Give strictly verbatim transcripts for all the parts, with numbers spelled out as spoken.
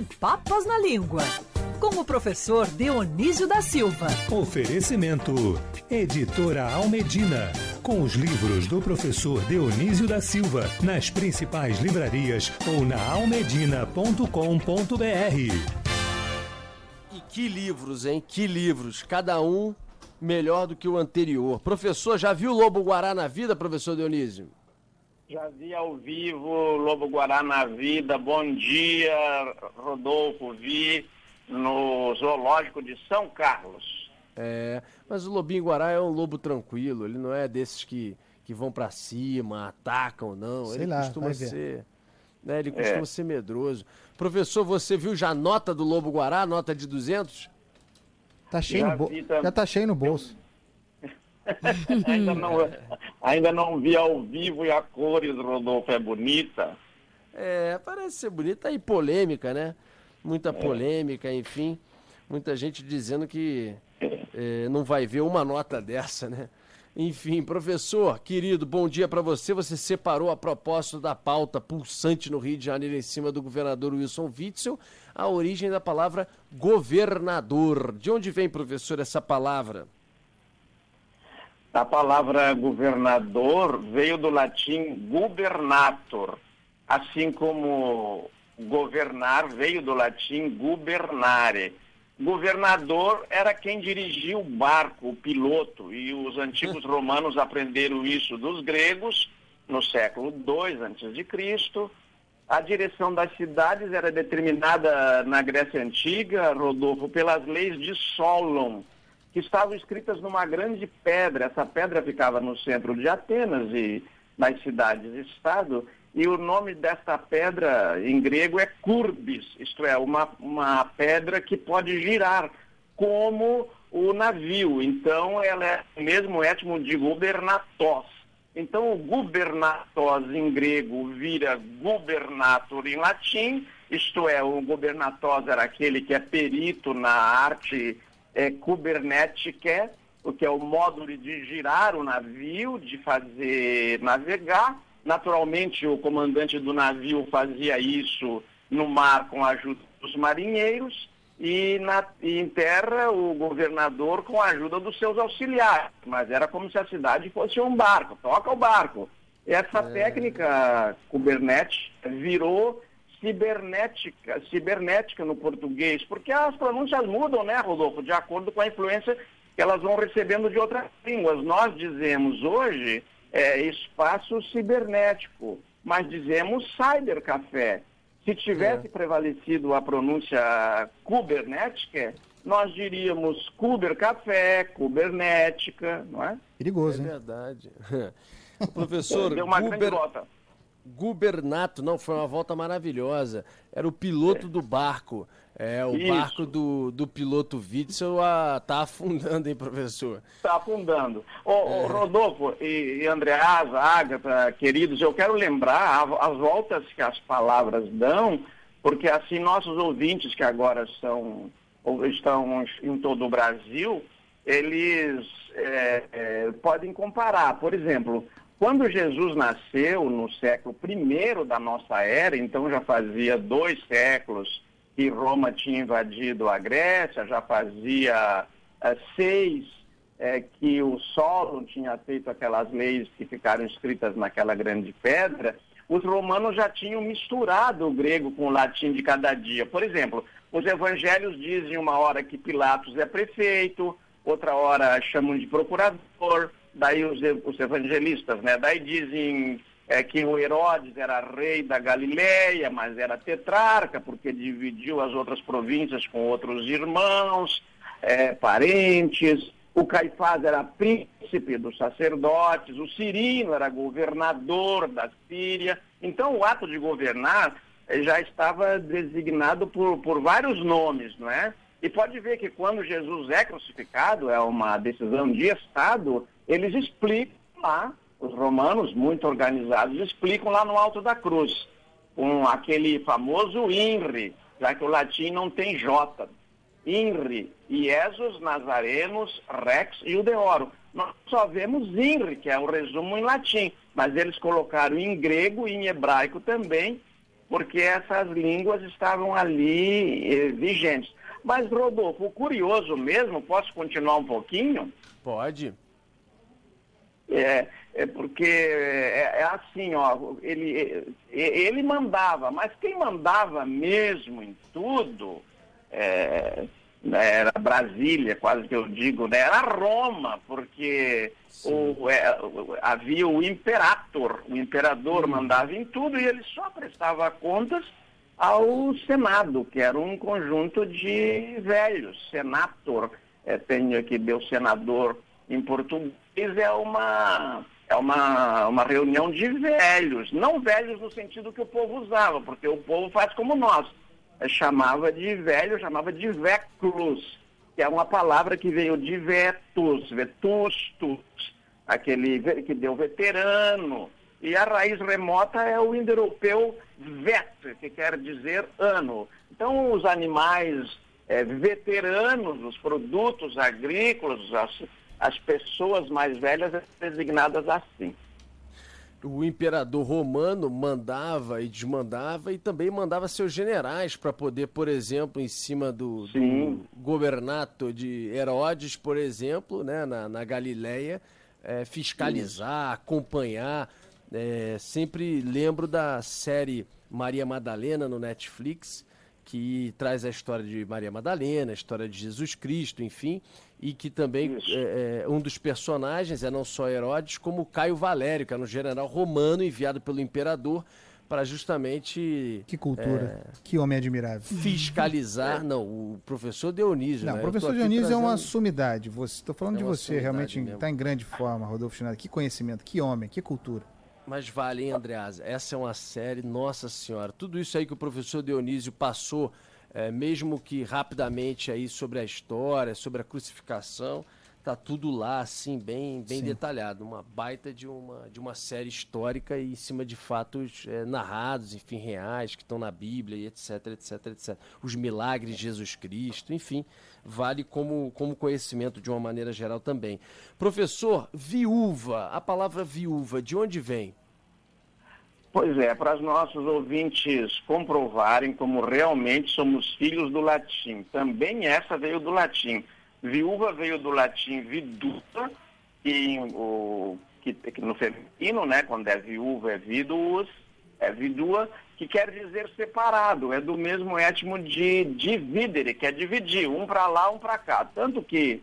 Papas na Língua, com o professor Dionísio da Silva. Oferecimento, Editora Almedina, com os livros do professor Dionísio da Silva, nas principais livrarias ou na almedina ponto com ponto br. E que livros, hein? Que livros, cada um melhor do que o anterior. Professor, já viu Lobo-Guará na vida, professor Dionísio? Já vi ao vivo Lobo-Guará na vida. Bom dia, Rodolfo. Vi no Zoológico de São Carlos. É, mas o Lobinho-Guará é um lobo tranquilo. Ele não é desses que, que vão pra cima, atacam, não. Sei ele lá, costuma ser... Né, ele É. costuma ser medroso. Professor, você viu já a nota do Lobo-Guará, nota de duzentos? Tá cheio Já no bol... vi também. Já tá cheio no bolso. ainda, não, ainda não vi ao vivo e a cores, Rodolfo. É bonita. É, parece ser bonita e polêmica, né? Muita polêmica, enfim. Muita gente dizendo que é, não vai ver uma nota dessa, né? Enfim, professor, querido, bom dia para você. Você separou a propósito da pauta pulsante no Rio de Janeiro em cima do governador Wilson Witzel a origem da palavra governador. De onde vem, professor, essa palavra? A palavra governador veio do latim gubernator, assim como governar veio do latim gubernare. Governador era quem dirigia o barco, o piloto, e os antigos romanos aprenderam isso dos gregos no século dois antes de Cristo. A direção das cidades era determinada na Grécia Antiga, Rodolfo, pelas leis de Solon, que estavam escritas numa grande pedra. Essa pedra ficava no centro de Atenas e nas cidades-estado, e o nome desta pedra em grego é courbis, isto é, uma, uma pedra que pode girar, como o navio. Então, ela é o mesmo étimo de gubernatos. Então, o gubernatos em grego vira gubernator em latim, isto é, o gubernatos era aquele que é perito na arte é, kubernética, o que é o modo de girar o navio, de fazer navegar. Naturalmente, o comandante do navio fazia isso no mar com a ajuda dos marinheiros e, na, e em terra o governador com a ajuda dos seus auxiliares. Mas era como se a cidade fosse um barco, toca o barco. Essa é. técnica kubernética virou cibernética, cibernética no português, porque as pronúncias mudam, né, Rodolfo, de acordo com a influência que elas vão recebendo de outras línguas. Nós dizemos hoje é, espaço cibernético, mas dizemos cybercafé. Se tivesse é. prevalecido a pronúncia kubernética, nós diríamos kubercafé, kubernética, não é? Perigoso, é hein? É verdade. O professor... Deu uma Guber... grande volta. Gubernato, não, foi uma volta maravilhosa. Era o piloto é. do barco. É, o Isso. barco do, do piloto Witzel a, tá afundando, hein, professor? Está afundando. Ô, é. ô, Rodolfo e, e Andreasa, Ágata, queridos, eu quero lembrar as voltas que as palavras dão, porque assim nossos ouvintes que agora são, estão em todo o Brasil, eles é, é, podem comparar. Por exemplo, quando Jesus nasceu no século primeiro da nossa era, então já fazia dois séculos que Roma tinha invadido a Grécia, já fazia é, seis é, que o Solon tinha feito aquelas leis que ficaram escritas naquela grande pedra, os romanos já tinham misturado o grego com o latim de cada dia. Por exemplo, os evangelhos dizem uma hora que Pilatos é prefeito, outra hora chamam de procurador, daí os, os evangelistas, né? Daí dizem é, que o Herodes era rei da Galileia, mas era tetrarca, porque dividiu as outras províncias com outros irmãos, é, parentes. O Caifás era príncipe dos sacerdotes, o Cirino era governador da Síria. Então, o ato de governar eh, já estava designado por, por vários nomes, não é? E pode ver que quando Jesus é crucificado, é uma decisão de Estado, eles explicam lá, os romanos, muito organizados, explicam lá no alto da cruz, com aquele famoso INRI, já que o latim não tem J. INRI, Iesus Nazarenos Rex Iudeoro. Nós só vemos INRI, que é o resumo em latim, mas eles colocaram em grego e em hebraico também, porque essas línguas estavam ali eh, vigentes. Mas, Rodolfo, o curioso mesmo, posso continuar um pouquinho? Pode. É, é porque é, é assim, ó, ele, ele mandava, mas quem mandava mesmo em tudo é, era Brasília, quase que eu digo, né? Era Roma, porque o, é, havia o imperator, o imperador hum. mandava em tudo e ele só prestava contas ao Senado, que era um conjunto de velhos, senator, é, tem aqui, deu senador em português, é uma, é uma, uma reunião de velhos, não velhos no sentido que o povo usava, porque o povo faz como nós, é, chamava de velho, chamava de veclus, que é uma palavra que veio de vetus, vetustus, aquele que deu veterano, e a raiz remota é o indo-europeu vet, que quer dizer ano. Então os animais é, veteranos, os produtos agrícolas, as As pessoas mais velhas designadas assim. O imperador romano mandava e desmandava e também mandava seus generais para poder, por exemplo, em cima do, do governato de Herodes, por exemplo, né, na, na Galileia, é, fiscalizar, Sim. acompanhar. É, sempre lembro da série Maria Madalena no Netflix, que traz a história de Maria Madalena, a história de Jesus Cristo, enfim, e que também é, é, um dos personagens é não só Herodes, como Caio Valério, que era um general romano enviado pelo imperador para justamente... Que cultura, é, que homem admirável. Fiscalizar, não, o professor Dionísio. Não, né? o professor Dionísio trazendo... é uma sumidade, estou falando é de você, realmente está em grande forma, Rodolfo Schneider, que conhecimento, que homem, que cultura. Mas vale, hein, Andreasa? Essa é uma série, nossa senhora, tudo isso aí que o professor Dionísio passou, é, mesmo que rapidamente aí sobre a história, sobre a crucificação, tá tudo lá, assim, bem, bem detalhado. Uma baita de uma, de uma série histórica e em cima de fatos é, narrados, enfim, reais, que estão na Bíblia e etc, etc, etcétera. Os milagres de Jesus Cristo, enfim, vale como, como conhecimento de uma maneira geral também. Professor, viúva, a palavra viúva, de onde vem? Pois é, para os nossos ouvintes comprovarem como realmente somos filhos do latim. Também essa veio do latim. Viúva veio do latim viduta, que, o, que, que no feminino, né, quando é viúva é vidus, é vidua, que quer dizer separado, é do mesmo étimo de dividere, que é dividir, um para lá, um para cá. Tanto que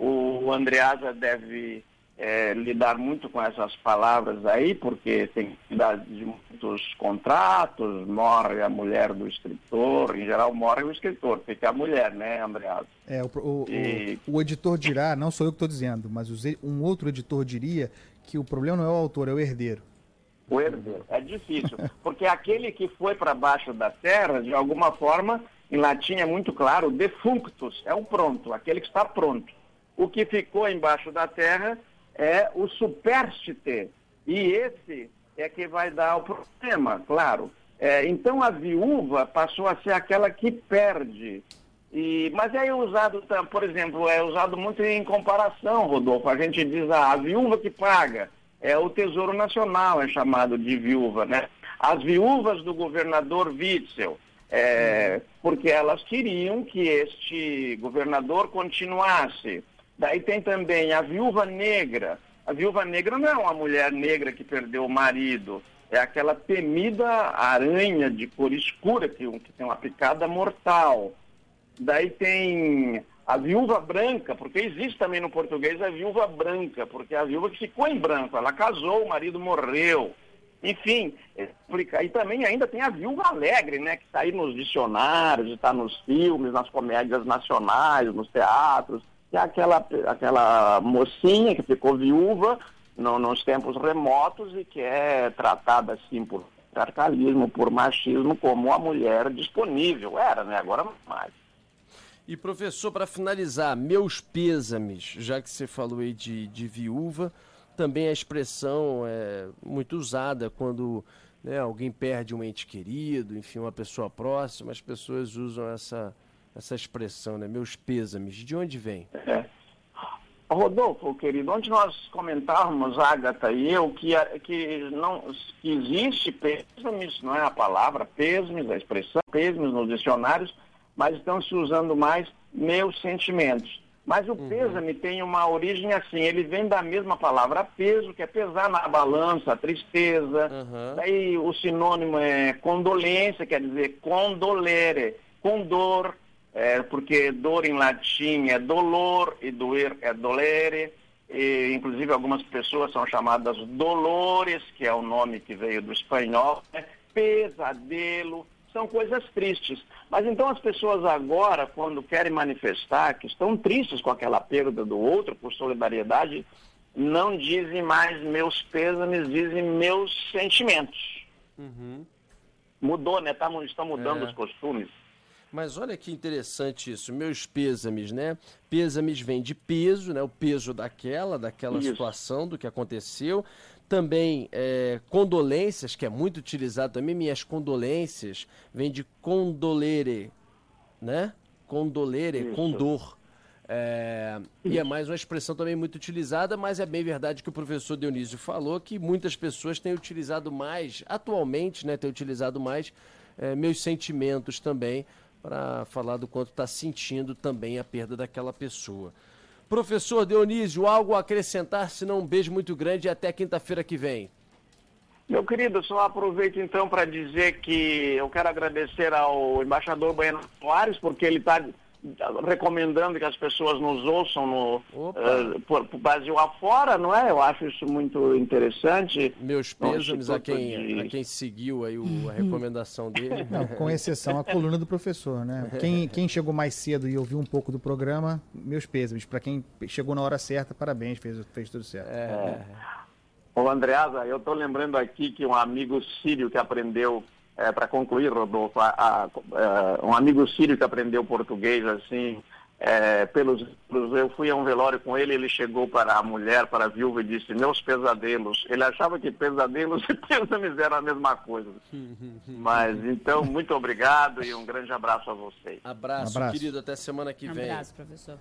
o Andreasa deve é, lidar muito com essas palavras aí, porque tem que lidar de muitos contratos, morre a mulher do escritor, em geral morre o escritor, fica a mulher, né, Andreasa? É, o, o, e... o, o editor dirá, não sou eu que estou dizendo, mas um outro editor diria que o problema não é o autor, é o herdeiro. O herdeiro, é difícil, porque aquele que foi para baixo da terra, de alguma forma, em latim é muito claro, defunctus, é o pronto, aquele que está pronto. O que ficou embaixo da terra é o superstite, e esse é que vai dar o problema, claro. É, então a viúva passou a ser aquela que perde. E, mas é usado, por exemplo, é usado muito em comparação, Rodolfo. A gente diz, ah, a viúva que paga, é o Tesouro Nacional, é chamado de viúva, né? As viúvas do governador Witzel, é, porque elas queriam que este governador continuasse. Daí tem também a viúva negra. A viúva negra não é uma mulher negra que perdeu o marido, é aquela temida aranha de cor escura que, que tem uma picada mortal. Daí tem a viúva branca, porque existe também no português a viúva branca, porque é a viúva que ficou em branco, ela casou, o marido morreu. Enfim, e também ainda tem a viúva alegre, né, que está aí nos dicionários, está nos filmes, nas comédias nacionais, nos teatros, que é aquela, aquela mocinha que ficou viúva no, nos tempos remotos e que é tratada assim por patriarcalismo, por machismo, como a mulher disponível. Era, né? Agora não mais. E professor, para finalizar, meus pêsames, já que você falou aí de, de viúva, também a expressão é muito usada quando, né, alguém perde um ente querido, enfim, uma pessoa próxima, as pessoas usam essa, essa expressão, né, meus pêsames. De onde vem? É. Rodolfo, querido, onde nós comentávamos, Agatha e eu, que, que, não, que existe pêsames, não é a palavra, pêsames, a expressão pêsames nos dicionários, mas estão se usando mais meus sentimentos. Mas o uhum. pêsame tem uma origem assim, ele vem da mesma palavra peso, que é pesar na balança, tristeza. Uhum. Daí o sinônimo é condolência, quer dizer condolere, condor, é, porque dor em latim é dolor e doer é dolere. E, inclusive algumas pessoas são chamadas dolores, que é o nome que veio do espanhol, né? Pesadelo. São coisas tristes. Mas então as pessoas agora, quando querem manifestar que estão tristes com aquela perda do outro, por solidariedade, não dizem mais meus pêsames, dizem meus sentimentos. Uhum. Mudou, né? Tá, estão mudando é. os costumes. Mas olha que interessante isso, meus pêsames, né? Pêsames vem de peso, né? O peso daquela, daquela isso. situação, do que aconteceu. Também é, condolências, que é muito utilizado também, minhas condolências, vem de condolere, né? Condolere, isso. condor. É, e é mais uma expressão também muito utilizada, mas é bem verdade que o professor Dionísio falou que muitas pessoas têm utilizado mais, atualmente, né? Têm utilizado mais é, meus sentimentos também, para falar do quanto está sentindo também a perda daquela pessoa. Professor Dionísio, algo a acrescentar, se não um beijo muito grande e até quinta-feira que vem. Meu querido, só aproveito então para dizer que eu quero agradecer ao embaixador Bueno Soares, porque ele está recomendando que as pessoas nos ouçam no uh, por, por Brasil afora, não é? Eu acho isso muito interessante. Meus pêsames a quem, de... a quem seguiu aí o, a recomendação dele. Não, com exceção a coluna do professor, né? Quem, quem chegou mais cedo e ouviu um pouco do programa, meus pêsames. Para quem chegou na hora certa, parabéns, fez, fez tudo certo. É. Ô, Andreasa, eu estou lembrando aqui que um amigo sírio que aprendeu É, para concluir, Rodolfo, a, a, a, um amigo sírio que aprendeu português, assim, é, pelos, pelos, eu fui a um velório com ele, ele chegou para a mulher, para a viúva e disse, meus pesadelos. Ele achava que pesadelos e pêsames eram a mesma coisa. Mas, então, muito obrigado e um grande abraço a vocês. Abraço, abraço. querido, até semana que vem. Um abraço, professor.